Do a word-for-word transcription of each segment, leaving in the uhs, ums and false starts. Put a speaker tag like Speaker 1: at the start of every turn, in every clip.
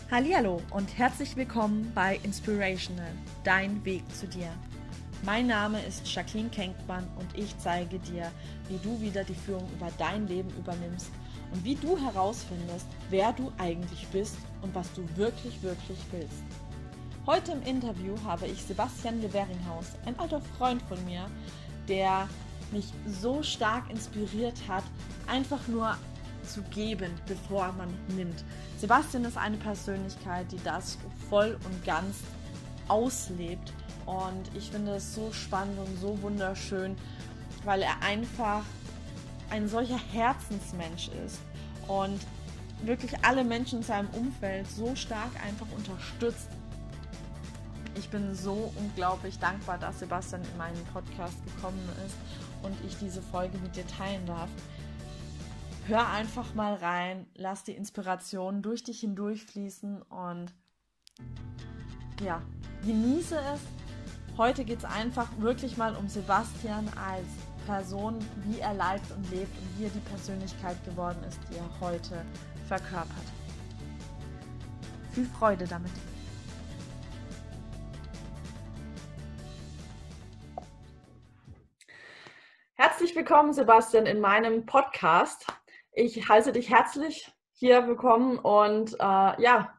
Speaker 1: Hallihallo und herzlich willkommen bei Inspirational, dein Weg zu dir. Mein Name ist Jacqueline Kenkmann und ich zeige dir, wie du wieder die Führung über dein Leben übernimmst und wie du herausfindest, wer du eigentlich bist und was du wirklich, wirklich willst. Heute im Interview habe ich Sebastian Leveringhaus, ein alter Freund von mir, der mich so stark inspiriert hat, einfach nur zu geben, bevor man nimmt. Sebastian ist eine Persönlichkeit, die das voll und ganz auslebt und ich finde es so spannend und so wunderschön, weil er einfach ein solcher Herzensmensch ist und wirklich alle Menschen in seinem Umfeld so stark einfach unterstützt. Ich bin so unglaublich dankbar, dass Sebastian in meinen Podcast gekommen ist und ich diese Folge mit dir teilen darf. Hör einfach mal rein, lass die Inspiration durch dich hindurch fließen und ja, genieße es. Heute geht es einfach wirklich mal um Sebastian als Person, wie er lebt und lebt und wie er die Persönlichkeit geworden ist, die er heute verkörpert. Viel Freude damit. Herzlich willkommen, Sebastian, in meinem Podcast. Ich heiße dich herzlich hier willkommen und äh, ja,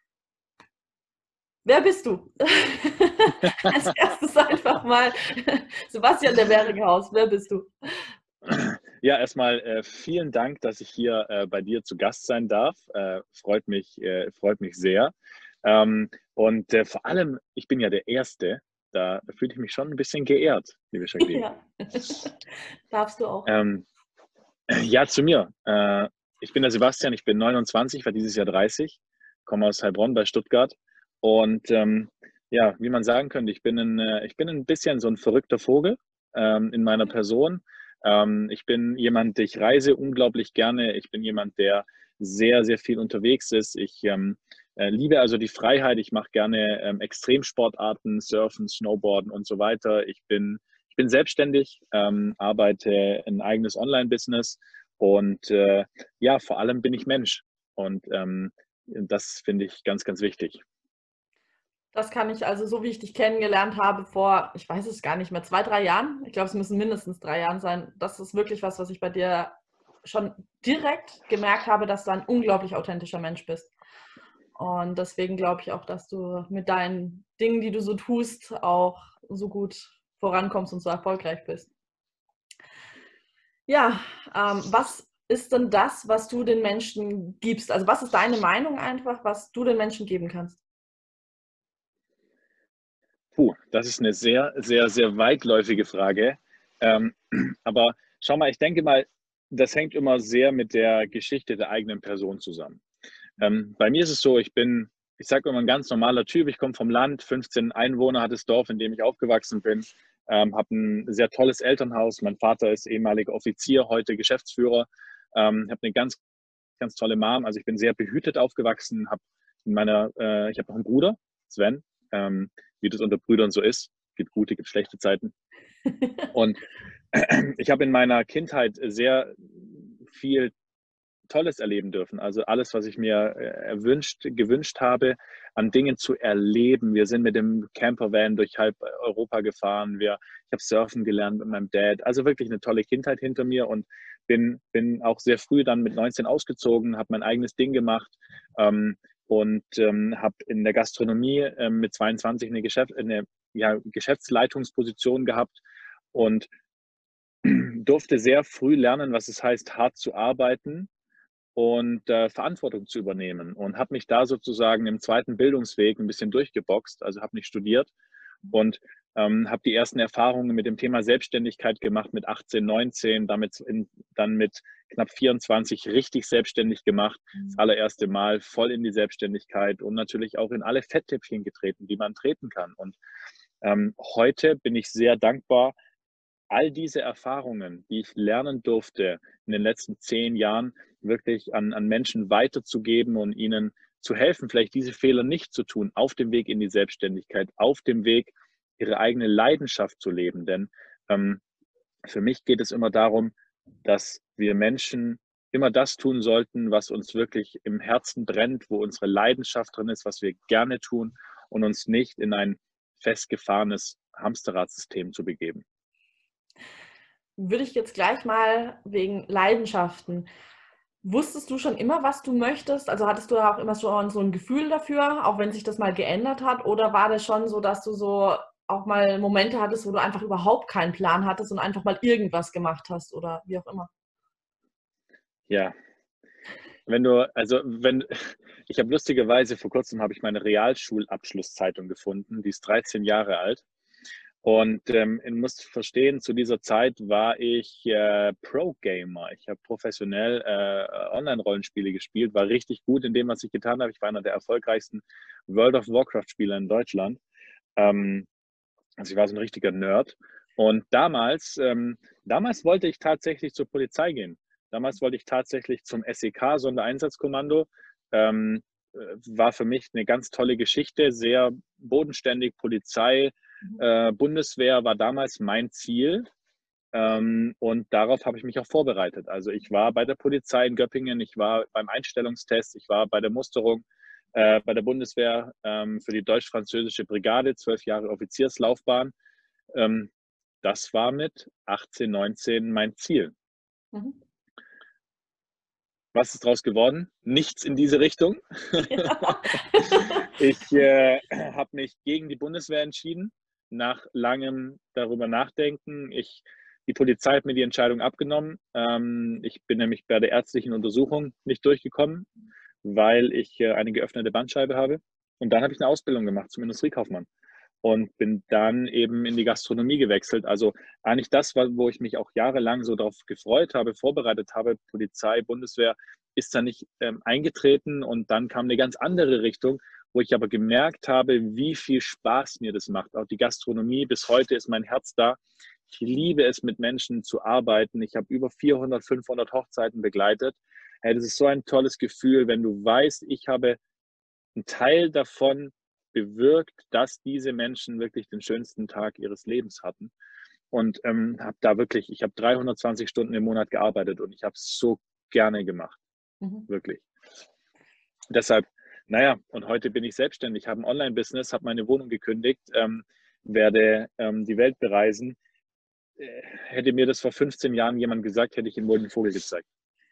Speaker 1: wer bist du? Als erstes einfach mal Sebastian Leveringhaus, wer bist du?
Speaker 2: Ja, erstmal äh, vielen Dank, dass ich hier äh, bei dir zu Gast sein darf. Äh, freut mich, äh, freut mich sehr. Ähm, und äh, vor allem, ich bin ja der Erste, da fühle ich mich schon ein bisschen geehrt, liebe Jacqueline.
Speaker 1: Ja, darfst du auch.
Speaker 2: Ähm, ja, zu mir. Äh, ich bin der Sebastian, ich bin neunundzwanzig, war dieses Jahr dreißig, komme aus Heilbronn bei Stuttgart. Und ähm, ja, wie man sagen könnte, ich bin ein, äh, ich bin ein bisschen so ein verrückter Vogel ähm, in meiner Person. Ähm, ich bin jemand, ich reise unglaublich gerne. Ich bin jemand, der sehr, sehr viel unterwegs ist. Ich ähm, äh, liebe also die Freiheit. Ich mache gerne ähm, Extremsportarten, Surfen, Snowboarden und so weiter. Ich bin, ich bin selbstständig, ähm, arbeite ein eigenes Online-Business und äh, ja, vor allem bin ich Mensch. Und ähm, das finde ich ganz, ganz wichtig.
Speaker 1: Das kann ich also, so wie ich dich kennengelernt habe, vor, ich weiß es gar nicht mehr, zwei, drei Jahren. Ich glaube, es müssen mindestens drei Jahren sein. Das ist wirklich was, was ich bei dir schon direkt gemerkt habe, dass du ein unglaublich authentischer Mensch bist. Und deswegen glaube ich auch, dass du mit deinen Dingen, die du so tust, auch so gut vorankommst und so erfolgreich bist. Ja, ähm, was ist denn das, was du den Menschen gibst? Also was ist deine Meinung einfach, was du den Menschen geben kannst?
Speaker 2: Puh, das ist eine sehr, sehr, sehr weitläufige Frage. Ähm, aber schau mal, ich denke mal, das hängt immer sehr mit der Geschichte der eigenen Person zusammen. Ähm, bei mir ist es so, ich bin, ich sage immer, ein ganz normaler Typ. Ich komme vom Land, fünfzehn Einwohner hat das Dorf, in dem ich aufgewachsen bin, ähm, habe ein sehr tolles Elternhaus. Mein Vater ist ehemaliger Offizier, heute Geschäftsführer. Ähm, habe eine ganz, ganz tolle Mom. Also ich bin sehr behütet aufgewachsen. Hab in meiner, äh, ich habe noch einen Bruder, Sven, ähm, wie das unter Brüdern so ist. Gibt gute, gibt schlechte Zeiten. Und ich habe in meiner Kindheit sehr viel Tolles erleben dürfen. Also alles, was ich mir erwünscht, gewünscht habe, an Dingen zu erleben. Wir sind mit dem Campervan durch halb Europa gefahren. Wir, ich habe Surfen gelernt mit meinem Dad. Also wirklich eine tolle Kindheit hinter mir und bin, bin auch sehr früh dann mit neunzehn ausgezogen, habe mein eigenes Ding gemacht ähm, und ähm, habe in der Gastronomie ähm, mit zweiundzwanzig eine, Geschäft, eine ja, Geschäftsleitungsposition gehabt und durfte sehr früh lernen, was es heißt, hart zu arbeiten und äh, Verantwortung zu übernehmen und habe mich da sozusagen im zweiten Bildungsweg ein bisschen durchgeboxt, also habe nicht studiert und ähm, habe die ersten Erfahrungen mit dem Thema Selbstständigkeit gemacht mit achtzehn, neunzehn, damit in, dann mit knapp vierundzwanzig richtig selbstständig gemacht, das allererste Mal voll in die Selbstständigkeit und natürlich auch in alle Fettnäpfchen getreten, die man treten kann. Und ähm, heute bin ich sehr dankbar, all diese Erfahrungen, die ich lernen durfte in den letzten zehn Jahren, wirklich an, an Menschen weiterzugeben und ihnen zu helfen, vielleicht diese Fehler nicht zu tun, auf dem Weg in die Selbstständigkeit, auf dem Weg, ihre eigene Leidenschaft zu leben. Denn ähm, für mich geht es immer darum, dass wir Menschen immer das tun sollten, was uns wirklich im Herzen brennt, wo unsere Leidenschaft drin ist, was wir gerne tun und uns nicht in ein festgefahrenes Hamsterradsystem zu begeben.
Speaker 1: Würde ich jetzt gleich mal wegen Leidenschaften. Wusstest du schon immer, was du möchtest? Also hattest du da auch immer schon so ein Gefühl dafür, auch wenn sich das mal geändert hat? Oder war das schon so, dass du so auch mal Momente hattest, wo du einfach überhaupt keinen Plan hattest und einfach mal irgendwas gemacht hast oder wie auch immer?
Speaker 2: Ja, wenn du, also wenn, ich habe lustigerweise, vor kurzem habe ich meine Realschulabschlusszeitung gefunden, die ist dreizehn Jahre alt. Und ähm, ihr müsst verstehen, zu dieser Zeit war ich äh, Pro-Gamer. Ich habe professionell äh, Online-Rollenspiele gespielt, war richtig gut in dem, was ich getan habe. Ich war einer der erfolgreichsten World of Warcraft-Spieler in Deutschland. Ähm, also ich war so ein richtiger Nerd. Und damals, ähm, damals wollte ich tatsächlich zur Polizei gehen. Damals wollte ich tatsächlich zum S E K, Sondereinsatzkommando. Ähm, äh, war für mich eine ganz tolle Geschichte, sehr bodenständig, Polizei, äh, Bundeswehr war damals mein Ziel. Ähm, und darauf habe ich mich auch vorbereitet. Also ich war bei der Polizei in Göppingen, ich war beim Einstellungstest, ich war bei der Musterung äh, bei der Bundeswehr ähm, für die deutsch-französische Brigade, zwölf Jahre Offizierslaufbahn. Ähm, das war mit achtzehn, neunzehn mein Ziel.
Speaker 1: Mhm.
Speaker 2: Was ist daraus geworden? Nichts in diese Richtung.
Speaker 1: Ja.
Speaker 2: Ich äh, habe mich gegen die Bundeswehr entschieden, nach langem darüber nachdenken. Ich, die Polizei hat mir die Entscheidung abgenommen. Ähm, ich bin nämlich bei der ärztlichen Untersuchung nicht durchgekommen, weil ich äh, eine geöffnete Bandscheibe habe. Und dann habe ich eine Ausbildung gemacht zum Industriekaufmann und bin dann eben in die Gastronomie gewechselt. Also eigentlich das, wo ich mich auch jahrelang so darauf gefreut habe, vorbereitet habe, Polizei, Bundeswehr, ist da nicht ähm, eingetreten. Und dann kam eine ganz andere Richtung, wo ich aber gemerkt habe, wie viel Spaß mir das macht. Auch die Gastronomie, bis heute ist mein Herz da. Ich liebe es, mit Menschen zu arbeiten. Ich habe über vierhundert, fünfhundert Hochzeiten begleitet. Hey, das ist so ein tolles Gefühl, wenn du weißt, ich habe einen Teil davon bewirkt, dass diese Menschen wirklich den schönsten Tag ihres Lebens hatten. Und ähm, habe da wirklich, ich habe dreihundertzwanzig Stunden im Monat gearbeitet und ich habe es so gerne gemacht,
Speaker 1: Mhm.
Speaker 2: wirklich. Deshalb, naja, und heute bin ich selbstständig, habe ein Online-Business, habe meine Wohnung gekündigt, ähm, werde ähm, die Welt bereisen. Äh, hätte mir das vor fünfzehn Jahren jemand gesagt, hätte ich ihm wohl den Vogel gezeigt.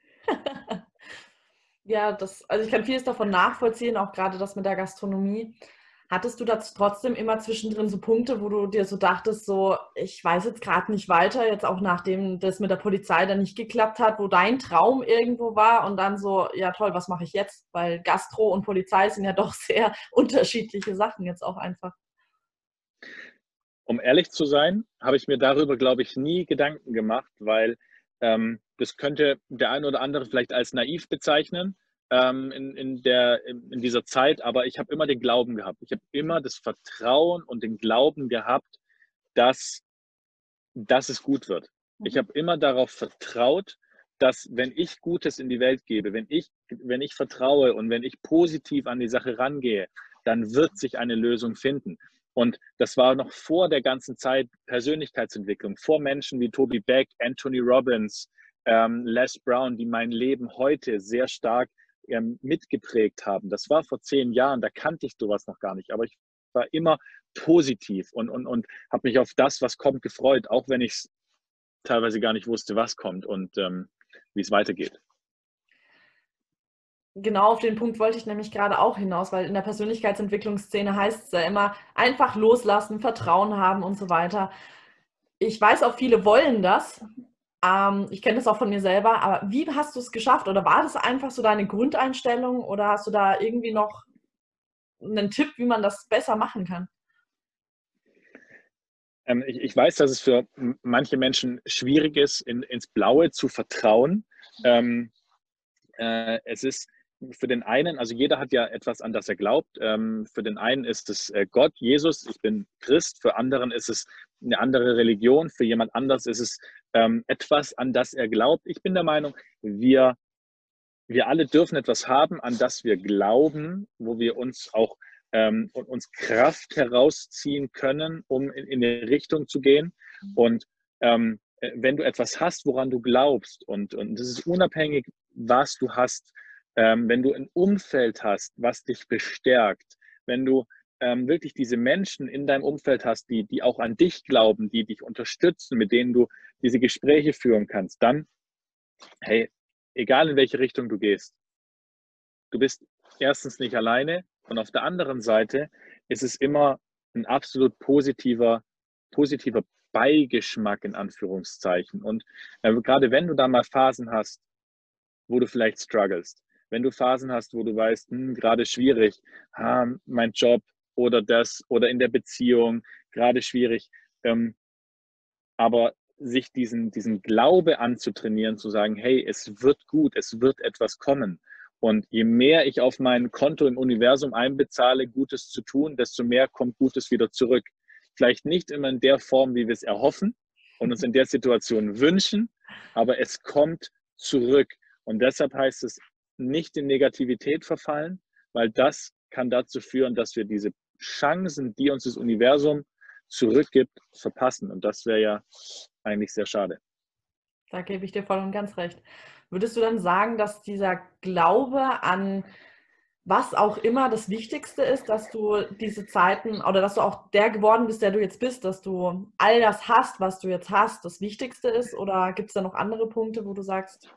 Speaker 1: Ja, das, also ich kann vieles davon nachvollziehen, auch gerade das mit der Gastronomie. Hattest du da trotzdem immer zwischendrin so Punkte, wo du dir so dachtest, so, ich weiß jetzt gerade nicht weiter, jetzt auch nachdem das mit der Polizei dann nicht geklappt hat, wo dein Traum irgendwo war und dann so, ja toll, was mache ich jetzt? Weil Gastro und Polizei sind ja doch sehr unterschiedliche Sachen jetzt auch einfach.
Speaker 2: Um ehrlich zu sein, habe ich mir darüber, glaube ich, nie Gedanken gemacht, weil ähm, das könnte der eine oder andere vielleicht als naiv bezeichnen ähm, in, in, der, in, in dieser Zeit, aber ich habe immer den Glauben gehabt. Ich habe immer das Vertrauen und den Glauben gehabt, dass, dass es gut wird. Ich
Speaker 1: Mhm.
Speaker 2: habe immer darauf vertraut, dass wenn ich Gutes in die Welt gebe, wenn ich, wenn ich vertraue und wenn ich positiv an die Sache rangehe, dann wird sich eine Lösung finden. Und das war noch vor der ganzen Zeit Persönlichkeitsentwicklung, vor Menschen wie Toby Beck, Anthony Robbins, ähm, Les Brown, die mein Leben heute sehr stark ähm, mitgeprägt haben. Das war vor zehn Jahren, da kannte ich sowas noch gar nicht, aber ich war immer positiv und, und, und habe mich auf das, was kommt, gefreut, auch wenn ich es teilweise gar nicht wusste, was kommt und ähm, wie es weitergeht.
Speaker 1: Genau auf den Punkt wollte ich nämlich gerade auch hinaus, weil in der Persönlichkeitsentwicklungsszene heißt es ja immer, einfach loslassen, Vertrauen haben und so weiter. Ich weiß auch, viele wollen das. Ähm, ich kenne das auch von mir selber, aber wie hast du es geschafft? Oder war das einfach so deine Grundeinstellung oder hast du da irgendwie noch einen Tipp, wie man das besser machen kann?
Speaker 2: Ähm, ich, ich weiß, dass es für manche Menschen schwierig ist, in, ins Blaue zu vertrauen. Ähm, äh, es ist für den einen, also jeder hat ja etwas, an das er glaubt. Ähm, für den einen ist es äh, Gott, Jesus, ich bin Christ. Für anderen ist es eine andere Religion. Für jemand anders ist es ähm, etwas, an das er glaubt. Ich bin der Meinung, wir, wir alle dürfen etwas haben, an das wir glauben, wo wir uns auch ähm, uns Kraft herausziehen können, um in, in eine Richtung zu gehen. Und ähm, wenn du etwas hast, woran du glaubst, und, und das ist unabhängig was du hast, ähm, wenn du ein Umfeld hast, was dich bestärkt, wenn du ähm, wirklich diese Menschen in deinem Umfeld hast, die, die auch an dich glauben, die dich unterstützen, mit denen du diese Gespräche führen kannst, dann, hey, egal in welche Richtung du gehst, du bist erstens nicht alleine und auf der anderen Seite ist es immer ein absolut positiver, positiver Beigeschmack in Anführungszeichen. Und äh, gerade wenn du da mal Phasen hast, wo du vielleicht strugglest, wenn du Phasen hast, wo du weißt, hm, gerade schwierig, ah, mein Job oder das oder in der Beziehung, gerade schwierig, ähm, aber sich diesen, diesen Glaube anzutrainieren, zu sagen, hey, es wird gut, es wird etwas kommen. Und je mehr ich auf mein Konto im Universum einbezahle, Gutes zu tun, desto mehr kommt Gutes wieder zurück. Vielleicht nicht immer in der Form, wie wir es erhoffen und uns in der Situation wünschen, aber es kommt zurück. Und deshalb heißt es, nicht in Negativität verfallen, weil das kann dazu führen, dass wir diese Chancen, die uns das Universum zurückgibt, verpassen. Und das wäre ja eigentlich sehr schade.
Speaker 1: Da gebe ich dir voll und ganz recht. Würdest du dann sagen, dass dieser Glaube an was auch immer das Wichtigste ist, dass du diese Zeiten oder dass du auch der geworden bist, der du jetzt bist, dass du all das hast, was du jetzt hast, das Wichtigste ist? Oder gibt es da noch andere Punkte, wo du sagst?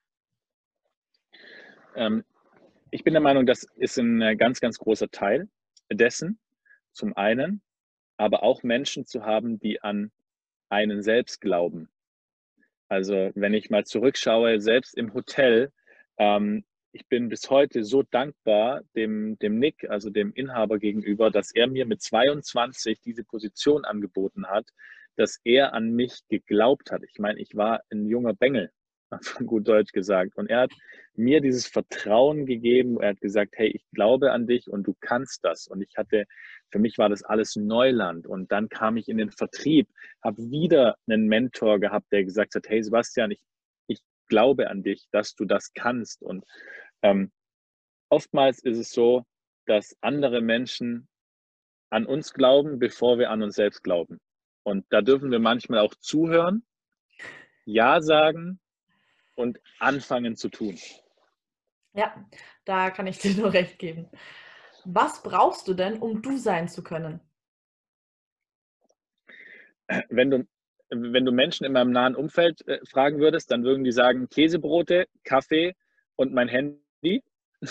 Speaker 2: Ähm, ich bin der Meinung, das ist ein ganz, ganz großer Teil dessen, zum einen, aber auch Menschen zu haben, die an einen selbst glauben. Also wenn ich mal zurückschaue, selbst im Hotel, ähm, ich bin bis heute so dankbar dem, dem Nick, also dem Inhaber gegenüber, dass er mir mit zweiundzwanzig diese Position angeboten hat, dass er an mich geglaubt hat. Ich meine, ich war ein junger Bengel, von gut Deutsch gesagt. Und er hat mir dieses Vertrauen gegeben. Er hat gesagt, hey, ich glaube an dich und du kannst das. Und ich hatte, für mich war das alles Neuland. Und dann kam ich in den Vertrieb, habe wieder einen Mentor gehabt, der gesagt hat, hey Sebastian, ich, ich glaube an dich, dass du das kannst. Und ähm, oftmals ist es so, dass andere Menschen an uns glauben, bevor wir an uns selbst glauben. Und da dürfen wir manchmal auch zuhören, Ja sagen und anfangen zu tun.
Speaker 1: Ja, da kann ich dir nur recht geben. Was brauchst du denn, um du sein zu können?
Speaker 2: Wenn du, wenn du Menschen in meinem nahen Umfeld äh, fragen würdest, dann würden die sagen Käsebrote, Kaffee und mein Handy.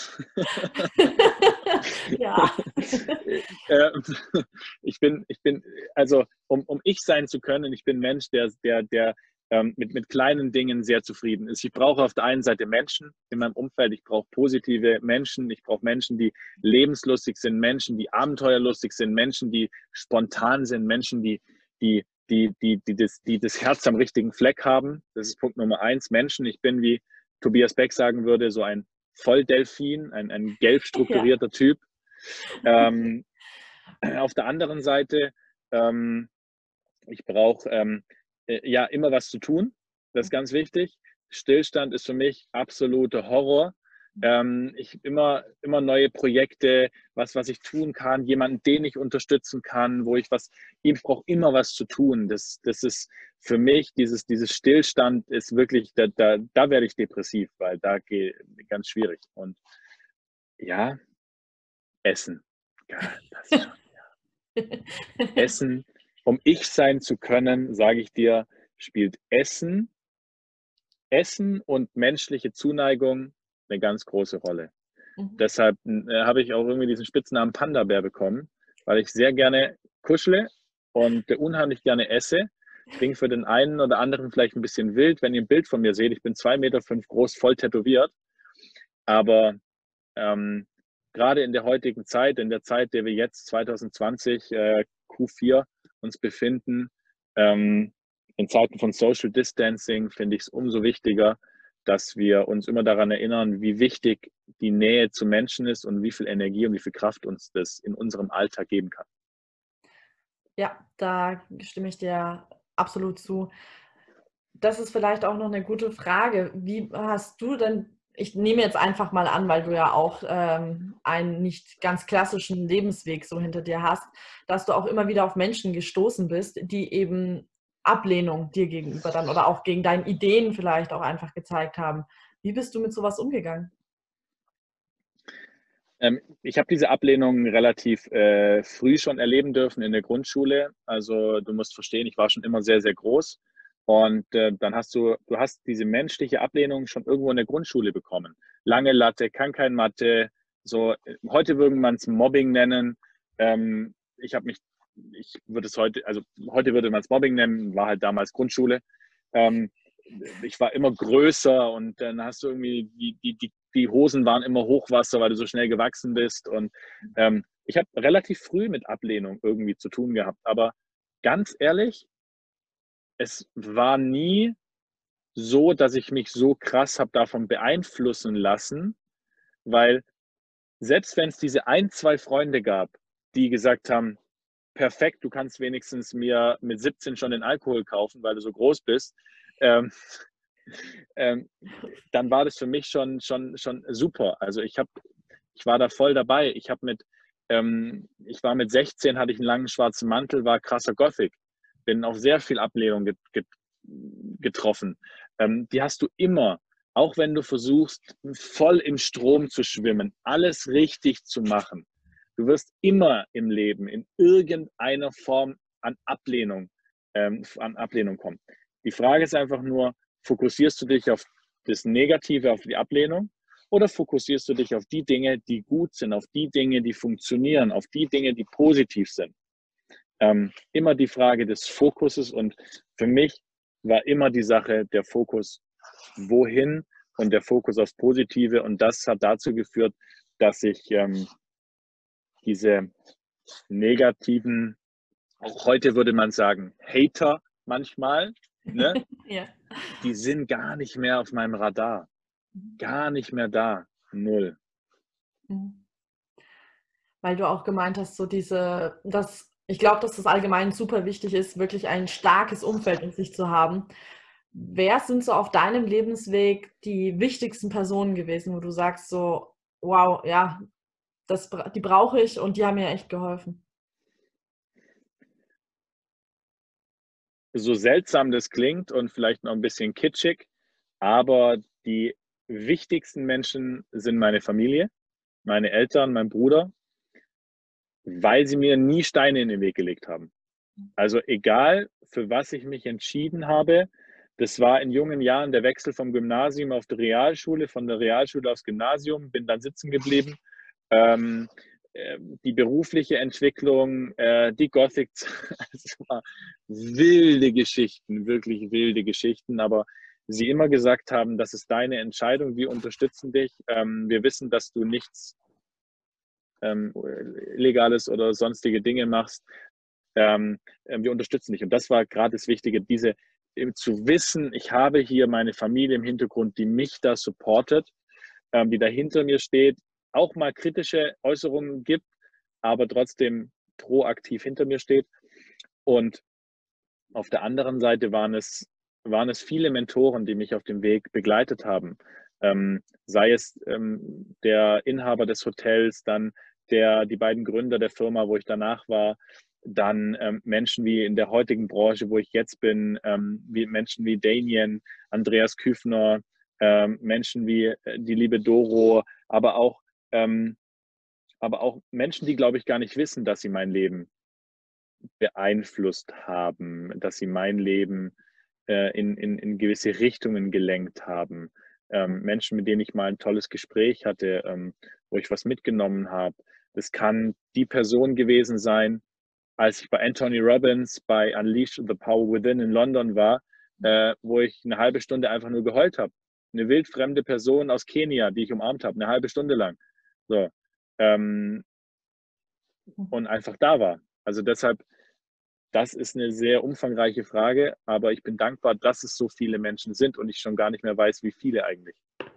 Speaker 1: Ja.
Speaker 2: äh, ich bin, ich bin, also um, um ich sein zu können, ich bin ein Mensch, der, der, der ähm, mit, mit kleinen Dingen sehr zufrieden ist. Ich brauche auf der einen Seite Menschen in meinem Umfeld, ich brauche positive Menschen, ich brauche Menschen, die lebenslustig sind, Menschen, die abenteuerlustig sind, Menschen, die spontan sind, Menschen, die, die, die, die, die, das, die das Herz am richtigen Fleck haben. Das ist Punkt Nummer eins, Menschen. Ich bin, wie Tobias Beck sagen würde, so ein Volldelfin, ein, ein gelb strukturierter ja. Typ. Ähm, auf der anderen Seite, ähm, ich brauche ähm, äh, ja immer was zu tun. Das ist ganz wichtig. Stillstand ist für mich absoluter Horror. Ähm, ich immer, immer neue Projekte, was, was ich tun kann, jemanden, den ich unterstützen kann, wo ich was, ich brauche immer was zu tun. Das, das ist für mich, dieses, dieses Stillstand ist wirklich, da, da, da werde ich depressiv, weil da geht ganz schwierig. Und ja, Essen. Ja, das ist schon, ja. Essen, um ich sein zu können, sage ich dir, spielt Essen, Essen und menschliche Zuneigung eine ganz große Rolle. Mhm. Deshalb äh, habe ich auch irgendwie diesen Spitznamen Panda-Bär bekommen, weil ich sehr gerne kuschle und unheimlich gerne esse. Klingt für den einen oder anderen vielleicht ein bisschen wild, wenn ihr ein Bild von mir seht. Ich bin zwei Meter fünf groß, voll tätowiert. Aber ähm, gerade in der heutigen Zeit, in der Zeit, der wir jetzt zwanzig zwanzig äh, Q vier uns befinden, ähm, in Zeiten von Social Distancing finde ich es umso wichtiger, dass wir uns immer daran erinnern, wie wichtig die Nähe zu Menschen ist und wie viel Energie und wie viel Kraft uns das in unserem Alltag geben kann.
Speaker 1: Ja, da stimme ich dir absolut zu. Das ist vielleicht auch noch eine gute Frage. Wie hast du denn, ich nehme jetzt einfach mal an, weil du ja auch ähm, einen nicht ganz klassischen Lebensweg so hinter dir hast, dass du auch immer wieder auf Menschen gestoßen bist, die eben Ablehnung dir gegenüber dann oder auch gegen deine Ideen vielleicht auch einfach gezeigt haben. Wie bist du mit sowas umgegangen?
Speaker 2: Ähm, ich habe diese Ablehnung relativ äh, früh schon erleben dürfen in der Grundschule. Also du musst verstehen, ich war schon immer sehr, sehr groß. Und äh, dann hast du, du hast diese menschliche Ablehnung schon irgendwo in der Grundschule bekommen. Lange Latte, kann kein Mathe. So, äh, heute würde man es Mobbing nennen. Ähm, ich habe mich, ich würde es heute, also heute würde man es Mobbing nennen, war halt damals Grundschule. Ähm, ich war immer größer und dann hast du irgendwie, die, die, die, die Hosen waren immer Hochwasser, weil du so schnell gewachsen bist. Und ähm, ich habe relativ früh mit Ablehnung irgendwie zu tun gehabt. Aber ganz ehrlich, es war nie so, dass ich mich so krass habe davon beeinflussen lassen, weil selbst wenn es diese ein, zwei Freunde gab, die gesagt haben, perfekt, du kannst wenigstens mir mit siebzehn schon den Alkohol kaufen, weil du so groß bist, ähm, ähm, dann war das für mich schon, schon, schon super. Also ich habe, ich war da voll dabei. Ich habe mit, ähm, ich war mit sechzehn, hatte ich einen langen schwarzen Mantel, war krasser Gothic. Bin auf sehr viel Ablehnung get, get, getroffen. Ähm, die hast du immer, auch wenn du versuchst, voll im Strom zu schwimmen, alles richtig zu machen. Du wirst immer im Leben in irgendeiner Form an Ablehnung, ähm, an Ablehnung kommen. Die Frage ist einfach nur, fokussierst du dich auf das Negative, auf die Ablehnung, oder fokussierst du dich auf die Dinge, die gut sind, auf die Dinge, die funktionieren, auf die Dinge, die positiv sind? Ähm, immer die Frage des Fokuses, und für mich war immer die Sache der Fokus wohin und der Fokus aufs Positive, und das hat dazu geführt, dass ich ähm, diese negativen, auch heute würde man sagen, Hater manchmal, ne,
Speaker 1: Ja.
Speaker 2: die sind gar nicht mehr auf meinem Radar. Gar nicht mehr da. Null.
Speaker 1: Mhm. Weil du auch gemeint hast, so diese, dass ich glaube, dass das allgemein super wichtig ist, wirklich ein starkes Umfeld in sich zu haben. Wer sind so auf deinem Lebensweg die wichtigsten Personen gewesen, wo du sagst so, wow, ja, das, die brauche ich und die haben mir echt geholfen?
Speaker 2: So seltsam das klingt und vielleicht noch ein bisschen kitschig, aber die wichtigsten Menschen sind meine Familie, meine Eltern, mein Bruder, weil sie mir nie Steine in den Weg gelegt haben. Also egal, für was ich mich entschieden habe, das war in jungen Jahren der Wechsel vom Gymnasium auf die Realschule, von der Realschule aufs Gymnasium, bin dann sitzen geblieben. Ähm, äh, die berufliche Entwicklung, äh, die Gothic, es war wilde Geschichten, wirklich wilde Geschichten, aber sie immer gesagt haben, das ist deine Entscheidung, wir unterstützen dich, ähm, wir wissen, dass du nichts ähm, Illegales oder sonstige Dinge machst, ähm, wir unterstützen dich. Und das war gerade das Wichtige, diese zu wissen, ich habe hier meine Familie im Hintergrund, die mich da supportet, ähm, die da hinter mir steht, auch mal kritische Äußerungen gibt, aber trotzdem proaktiv hinter mir steht. Und auf der anderen Seite waren es, waren es viele Mentoren, die mich auf dem Weg begleitet haben. Ähm, sei es ähm, der Inhaber des Hotels, dann der, die beiden Gründer der Firma, wo ich danach war, dann ähm, Menschen wie in der heutigen Branche, wo ich jetzt bin, ähm, wie Menschen wie Damien, Andreas Küfner, ähm, Menschen wie äh, die liebe Doro, aber auch, ähm, aber auch Menschen, die, glaube ich, gar nicht wissen, dass sie mein Leben beeinflusst haben, dass sie mein Leben äh, in, in, in gewisse Richtungen gelenkt haben. Ähm, Menschen, mit denen ich mal ein tolles Gespräch hatte, ähm, wo ich was mitgenommen habe. Das kann die Person gewesen sein, als ich bei Anthony Robbins bei Unleash the Power Within in London war, äh, wo ich eine halbe Stunde einfach nur geheult habe. Eine wildfremde Person aus Kenia, die ich umarmt habe, eine halbe Stunde lang. So. Ähm, und einfach da war. Also deshalb, das ist eine sehr umfangreiche Frage, aber ich bin dankbar, dass es so viele Menschen sind und ich schon gar nicht mehr weiß, wie viele eigentlich.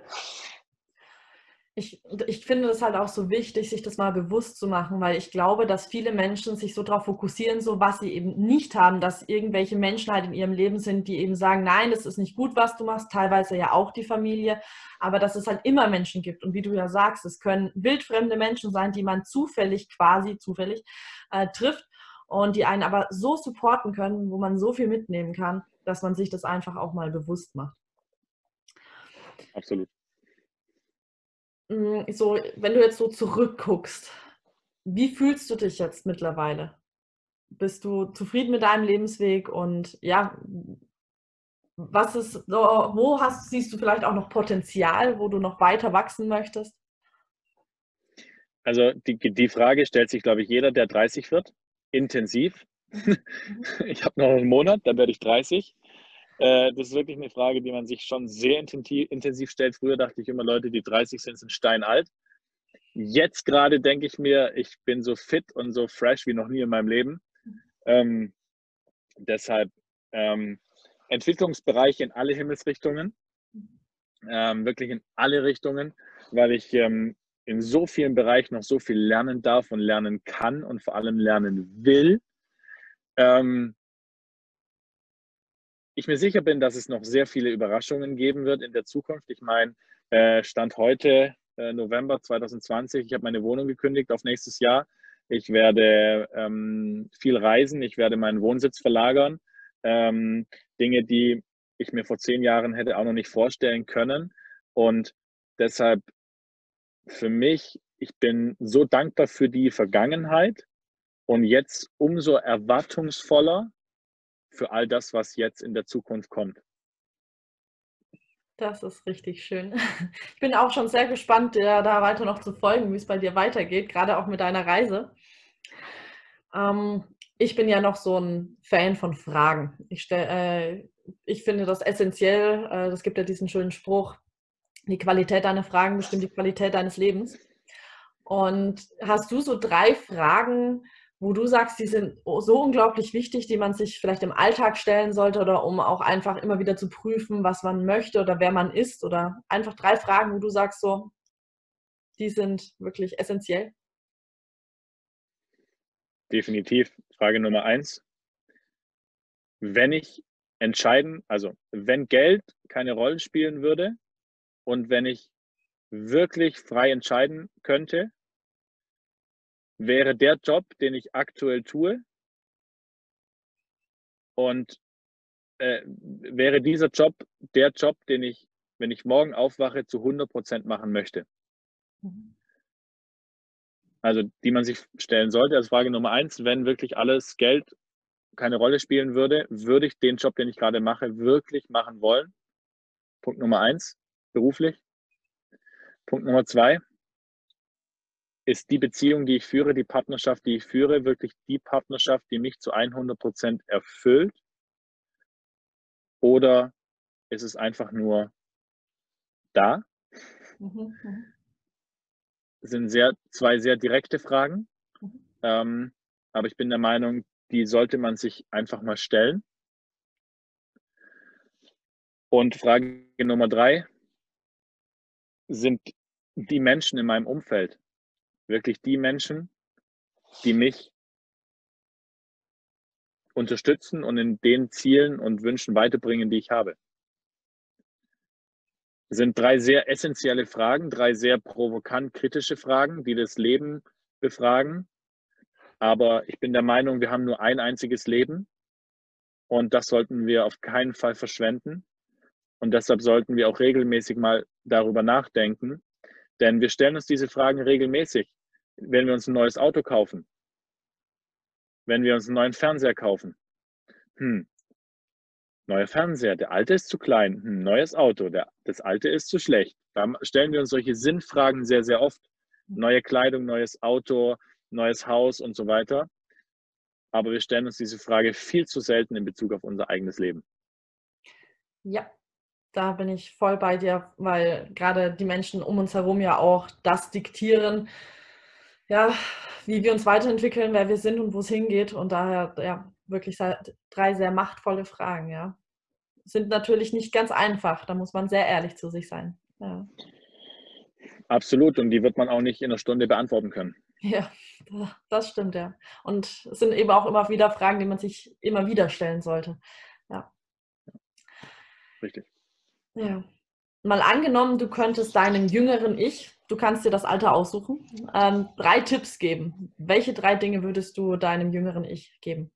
Speaker 1: Ich, ich finde es halt auch so wichtig, sich das mal bewusst zu machen, weil ich glaube, dass viele Menschen sich so darauf fokussieren, so was sie eben nicht haben, dass irgendwelche Menschen halt in ihrem Leben sind, die eben sagen, nein, das ist nicht gut, was du machst, teilweise ja auch die Familie, aber dass es halt immer Menschen gibt. Und wie du ja sagst, es können wildfremde Menschen sein, die man zufällig, quasi zufällig äh, trifft und die einen aber so supporten können, wo man so viel mitnehmen kann, dass man sich das einfach auch mal bewusst macht.
Speaker 2: Absolut.
Speaker 1: So, wenn du jetzt so zurückguckst, wie fühlst du dich jetzt mittlerweile? Bist du zufrieden mit deinem Lebensweg und ja, was ist so, wo hast, siehst du vielleicht auch noch Potenzial, wo du noch weiter wachsen möchtest?
Speaker 2: Also die, die Frage stellt sich, glaube ich, jeder, der dreißig wird, intensiv.
Speaker 1: Mhm. Mhm.
Speaker 2: Ich habe noch einen Monat, dann werde ich dreißig. Äh, das ist wirklich eine Frage, die man sich schon sehr intensiv, intensiv stellt. Früher dachte ich immer, Leute, die dreißig sind, sind steinalt. Jetzt gerade denke ich mir, ich bin so fit und so fresh wie noch nie in meinem Leben. Ähm, deshalb ähm, Entwicklungsbereiche in alle Himmelsrichtungen, ähm, wirklich in alle Richtungen, weil ich ähm, in so vielen Bereichen noch so viel lernen darf und lernen kann und vor allem lernen will. Ähm, ich mir sicher bin, dass es noch sehr viele Überraschungen geben wird in der Zukunft. Ich meine, äh, Stand heute, äh, November zwanzig zwanzig, ich habe meine Wohnung gekündigt auf nächstes Jahr. Ich werde ähm, viel reisen, ich werde meinen Wohnsitz verlagern. Ähm, Dinge, die ich mir vor zehn Jahren hätte auch noch nicht vorstellen können. Und deshalb für mich, ich bin so dankbar für die Vergangenheit und jetzt umso erwartungsvoller für all das, was jetzt in der Zukunft kommt.
Speaker 1: Das ist richtig schön. Ich bin auch schon sehr gespannt, dir da weiter noch zu folgen, wie es bei dir weitergeht, gerade auch mit deiner Reise. Ähm, ich bin ja noch so ein Fan von Fragen. Ich, stell, äh, ich finde das essentiell. Äh, es gibt ja diesen schönen Spruch, die Qualität deiner Fragen bestimmt die Qualität deines Lebens. Und hast du so drei Fragen, wo du sagst, die sind so unglaublich wichtig, die man sich vielleicht im Alltag stellen sollte oder um auch einfach immer wieder zu prüfen, was man möchte oder wer man ist, oder einfach drei Fragen, wo du sagst, so, die sind wirklich essentiell?
Speaker 2: Definitiv. Frage Nummer eins. Wenn ich entscheiden, also wenn Geld keine Rolle spielen würde und wenn ich wirklich frei entscheiden könnte, wäre der Job, den ich aktuell tue, und äh, wäre dieser Job der Job, den ich, wenn ich morgen aufwache, zu hundert Prozent machen möchte.
Speaker 1: Mhm.
Speaker 2: Also die man sich stellen sollte. Also Frage Nummer eins, wenn wirklich alles Geld keine Rolle spielen würde, würde ich den Job, den ich gerade mache, wirklich machen wollen? Punkt Nummer eins, beruflich. Punkt Nummer zwei, ist die Beziehung, die ich führe, die Partnerschaft, die ich führe, wirklich die Partnerschaft, die mich zu hundert Prozent erfüllt? Oder ist es einfach nur da?
Speaker 1: Mhm. Mhm.
Speaker 2: Das sind sehr, zwei sehr direkte Fragen.
Speaker 1: Mhm.
Speaker 2: Ähm, aber ich bin der Meinung, die sollte man sich einfach mal stellen. Und Frage Nummer drei, sind die Menschen in meinem Umfeld wirklich die Menschen, die mich unterstützen und in den Zielen und Wünschen weiterbringen, die ich habe? Das sind drei sehr essentielle Fragen, drei sehr provokant kritische Fragen, die das Leben befragen. Aber ich bin der Meinung, wir haben nur ein einziges Leben und das sollten wir auf keinen Fall verschwenden. Und deshalb sollten wir auch regelmäßig mal darüber nachdenken, denn wir stellen uns diese Fragen regelmäßig, wenn wir uns ein neues Auto kaufen, wenn wir uns einen neuen Fernseher kaufen. Hm, neuer Fernseher, der alte ist zu klein. Hm, neues Auto, der, das alte ist zu schlecht. Da stellen wir uns solche Sinnfragen sehr, sehr oft. Neue Kleidung, neues Auto, neues Haus und so weiter. Aber wir stellen uns diese Frage viel zu selten in Bezug auf unser eigenes Leben.
Speaker 1: Ja, da bin ich voll bei dir, weil gerade die Menschen um uns herum ja auch das diktieren, ja, wie wir uns weiterentwickeln, wer wir sind und wo es hingeht. Und daher, ja, wirklich drei sehr machtvolle Fragen, ja. Sind natürlich nicht ganz einfach, da muss man sehr ehrlich zu sich sein. Ja,
Speaker 2: Absolut, und die wird man auch nicht in einer Stunde beantworten können.
Speaker 1: ja, das stimmt, ja. Und es sind eben auch immer wieder Fragen, die man sich immer wieder stellen sollte. Ja.
Speaker 2: Richtig.
Speaker 1: Ja. Mal angenommen, du könntest deinem jüngeren Ich, du kannst dir das Alter aussuchen, ähm, drei Tipps geben. Welche drei Dinge würdest du deinem jüngeren Ich geben?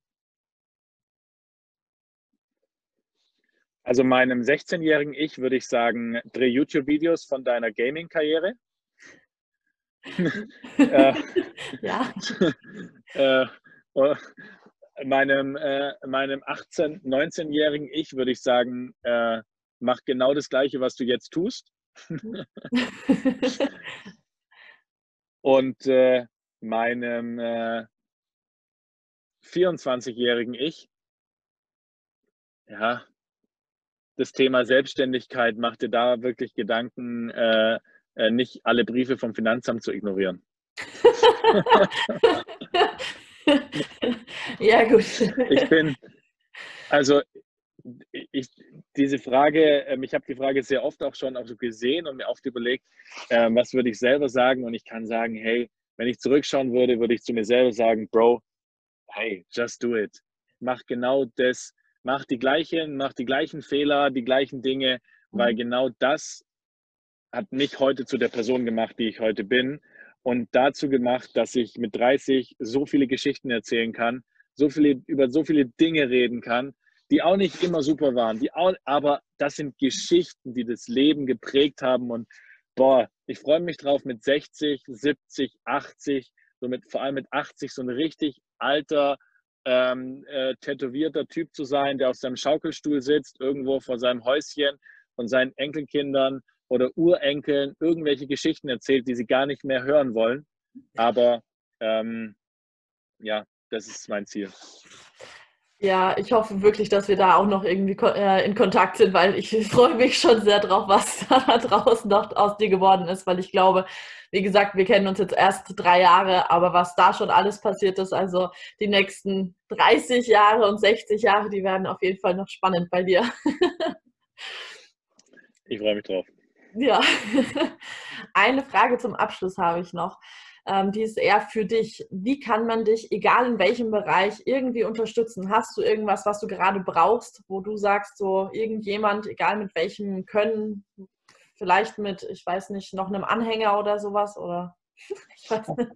Speaker 2: Also meinem sechzehnjährigen Ich würde ich sagen, dreh YouTube-Videos von deiner Gaming-Karriere. äh,
Speaker 1: Ja.
Speaker 2: äh, meinem, äh, meinem achtzehn-, neunzehnjährigen Ich würde ich sagen, äh, mach genau das Gleiche, was du jetzt tust. Und äh, meinem äh, vierundzwanzigjährigen Ich, ja, das Thema Selbstständigkeit, mach dir da wirklich Gedanken, äh, äh, nicht alle Briefe vom Finanzamt zu ignorieren.
Speaker 1: Ja, gut.
Speaker 2: Ich bin, also ich, diese Frage, ähm, ich habe die Frage sehr oft auch schon auch so gesehen und mir oft überlegt, ähm, was würde ich selber sagen? Und ich kann sagen, hey, wenn ich zurückschauen würde, würde ich zu mir selber sagen, Bro, hey, just do it. Mach genau das. Mach die gleichen, mach die gleichen Fehler, die gleichen Dinge, weil genau das hat mich heute zu der Person gemacht, die ich heute bin. Und dazu gemacht, dass ich mit dreißig so viele Geschichten erzählen kann, so viele, über so viele Dinge reden kann, die auch nicht immer super waren. Die auch, aber das sind Geschichten, die das Leben geprägt haben. Und boah, ich freue mich drauf, mit sechzig, siebzig, achtzig, so mit, vor allem mit achtzig, so ein richtig alter, ähm, äh, tätowierter Typ zu sein, der auf seinem Schaukelstuhl sitzt, irgendwo vor seinem Häuschen und seinen Enkelkindern oder Urenkeln irgendwelche Geschichten erzählt, die sie gar nicht mehr hören wollen. Aber ähm, ja, das ist mein Ziel.
Speaker 1: Ja, ich hoffe wirklich, dass wir da auch noch irgendwie äh, in Kontakt sind, weil ich freue mich schon sehr drauf, was da draußen noch aus dir geworden ist, weil ich glaube, wie gesagt, wir kennen uns jetzt erst drei Jahre, aber was da schon alles passiert ist, also die nächsten dreißig Jahre und sechzig Jahre, die werden auf jeden Fall noch spannend bei dir.
Speaker 2: Ich freue mich drauf.
Speaker 1: Ja, eine Frage zum Abschluss habe ich noch. Ähm, die ist eher für dich. Wie kann man dich, egal in welchem Bereich, irgendwie unterstützen? Hast du irgendwas, was du gerade brauchst, wo du sagst, so irgendjemand, egal mit welchem Können, vielleicht mit, ich weiß nicht, noch einem Anhänger oder sowas? Oder ich weiß nicht.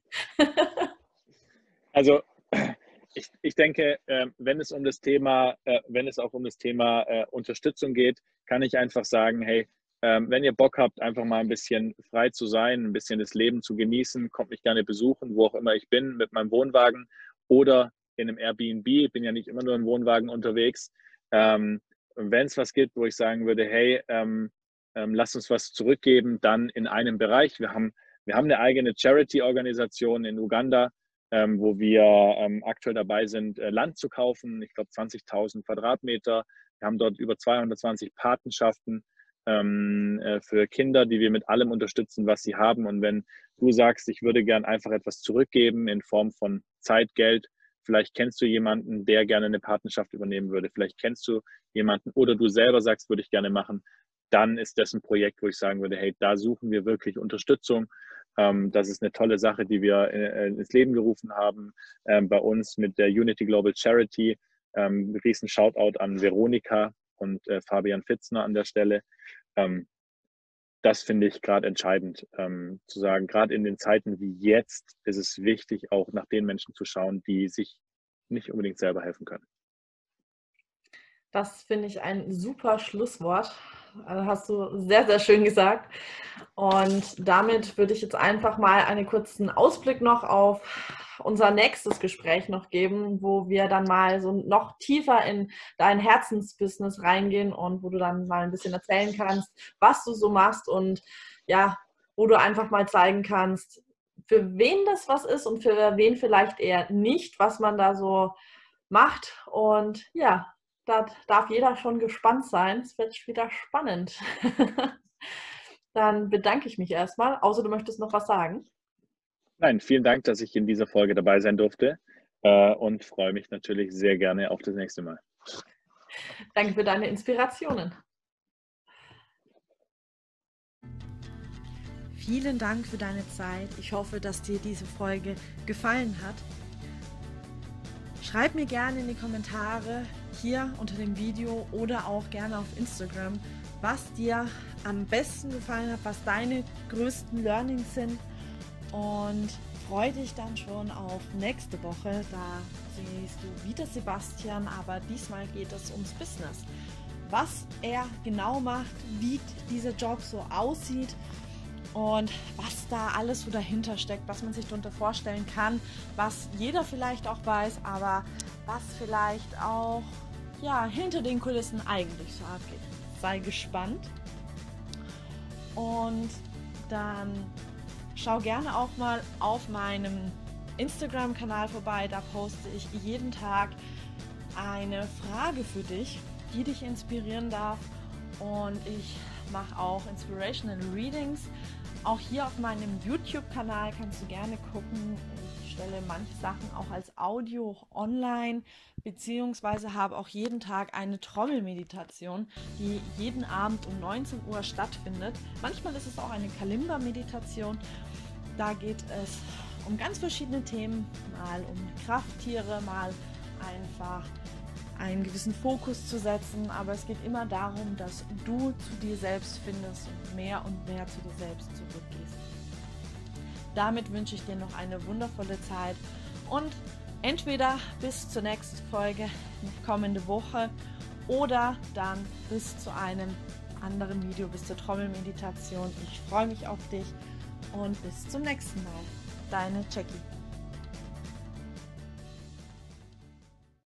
Speaker 2: Also ich, ich denke, äh, wenn es um das Thema, äh, wenn es auch um das Thema äh, Unterstützung geht, kann ich einfach sagen, hey, ähm, wenn ihr Bock habt, einfach mal ein bisschen frei zu sein, ein bisschen das Leben zu genießen, kommt mich gerne besuchen, wo auch immer ich bin, mit meinem Wohnwagen oder in einem Airbnb. Ich bin ja nicht immer nur im Wohnwagen unterwegs. Ähm, wenn es was gibt, wo ich sagen würde, hey, ähm, ähm, lasst uns was zurückgeben, dann in einem Bereich. Wir haben, wir haben eine eigene Charity-Organisation in Uganda, ähm, wo wir ähm, aktuell dabei sind, äh, Land zu kaufen. Ich glaube zwanzigtausend Quadratmeter. Wir haben dort über zweihundertzwanzig Patenschaften ähm, äh, für Kinder, die wir mit allem unterstützen, was sie haben. Und wenn du sagst, ich würde gern einfach etwas zurückgeben in Form von Zeit, Geld, vielleicht kennst du jemanden, der gerne eine Patenschaft übernehmen würde. Vielleicht kennst du jemanden oder du selber sagst, würde ich gerne machen. Dann ist das ein Projekt, wo ich sagen würde, hey, da suchen wir wirklich Unterstützung. Ähm, das ist eine tolle Sache, die wir äh, ins Leben gerufen haben ähm, bei uns mit der Unity Global Charity. Ähm, riesen Shoutout an Veronika und äh, Fabian Fitzner an der Stelle. Ähm, das finde ich gerade entscheidend, ähm, zu sagen, gerade in den Zeiten wie jetzt ist es wichtig, auch nach den Menschen zu schauen, die sich nicht unbedingt selber helfen können.
Speaker 1: Das finde ich ein super Schlusswort. Hast du sehr, sehr schön gesagt. Und damit würde ich jetzt einfach mal einen kurzen Ausblick noch auf unser nächstes Gespräch noch geben, wo wir dann mal so noch tiefer in dein Herzensbusiness reingehen und wo du dann mal ein bisschen erzählen kannst, was du so machst und ja, wo du einfach mal zeigen kannst, für wen das was ist und für wen vielleicht eher nicht, was man da so macht. Und ja, da darf jeder schon gespannt sein. Es wird wieder spannend. Dann bedanke ich mich erstmal, außer du möchtest noch was sagen.
Speaker 2: Nein, vielen Dank, dass ich in dieser Folge dabei sein durfte äh, und freue mich natürlich sehr gerne auf das nächste Mal.
Speaker 1: Danke für deine Inspirationen. Vielen Dank für deine Zeit. Ich hoffe, dass dir diese Folge gefallen hat. Schreib mir gerne in die Kommentare hier unter dem Video oder auch gerne auf Instagram, was dir am besten gefallen hat, was deine größten Learnings sind. Und freu dich dann schon auf nächste Woche. Da siehst du wieder Sebastian, aber diesmal geht es ums Business. Was er genau macht, wie dieser Job so aussieht und was da alles so dahinter steckt, was man sich darunter vorstellen kann, was jeder vielleicht auch weiß, aber was vielleicht auch ja, hinter den Kulissen eigentlich so abgeht. Sei gespannt und dann schau gerne auch mal auf meinem Instagram-Kanal vorbei, da poste ich jeden Tag eine Frage für dich, die dich inspirieren darf und ich mache auch Inspirational Readings. Auch hier auf meinem YouTube-Kanal kannst du gerne gucken. Ich stelle manche Sachen auch als Audio online, beziehungsweise habe auch jeden Tag eine Trommelmeditation, die jeden Abend um neunzehn Uhr stattfindet. Manchmal ist es auch eine Kalimba-Meditation. Da geht es um ganz verschiedene Themen, mal um Krafttiere, mal einfach einen gewissen Fokus zu setzen, aber es geht immer darum, dass du zu dir selbst findest und mehr und mehr zu dir selbst zurückgehst. Damit wünsche ich dir noch eine wundervolle Zeit und entweder bis zur nächsten Folge kommende Woche oder dann bis zu einem anderen Video, bis zur Trommelmeditation. Ich freue mich auf dich und bis zum nächsten Mal. Deine Jackie.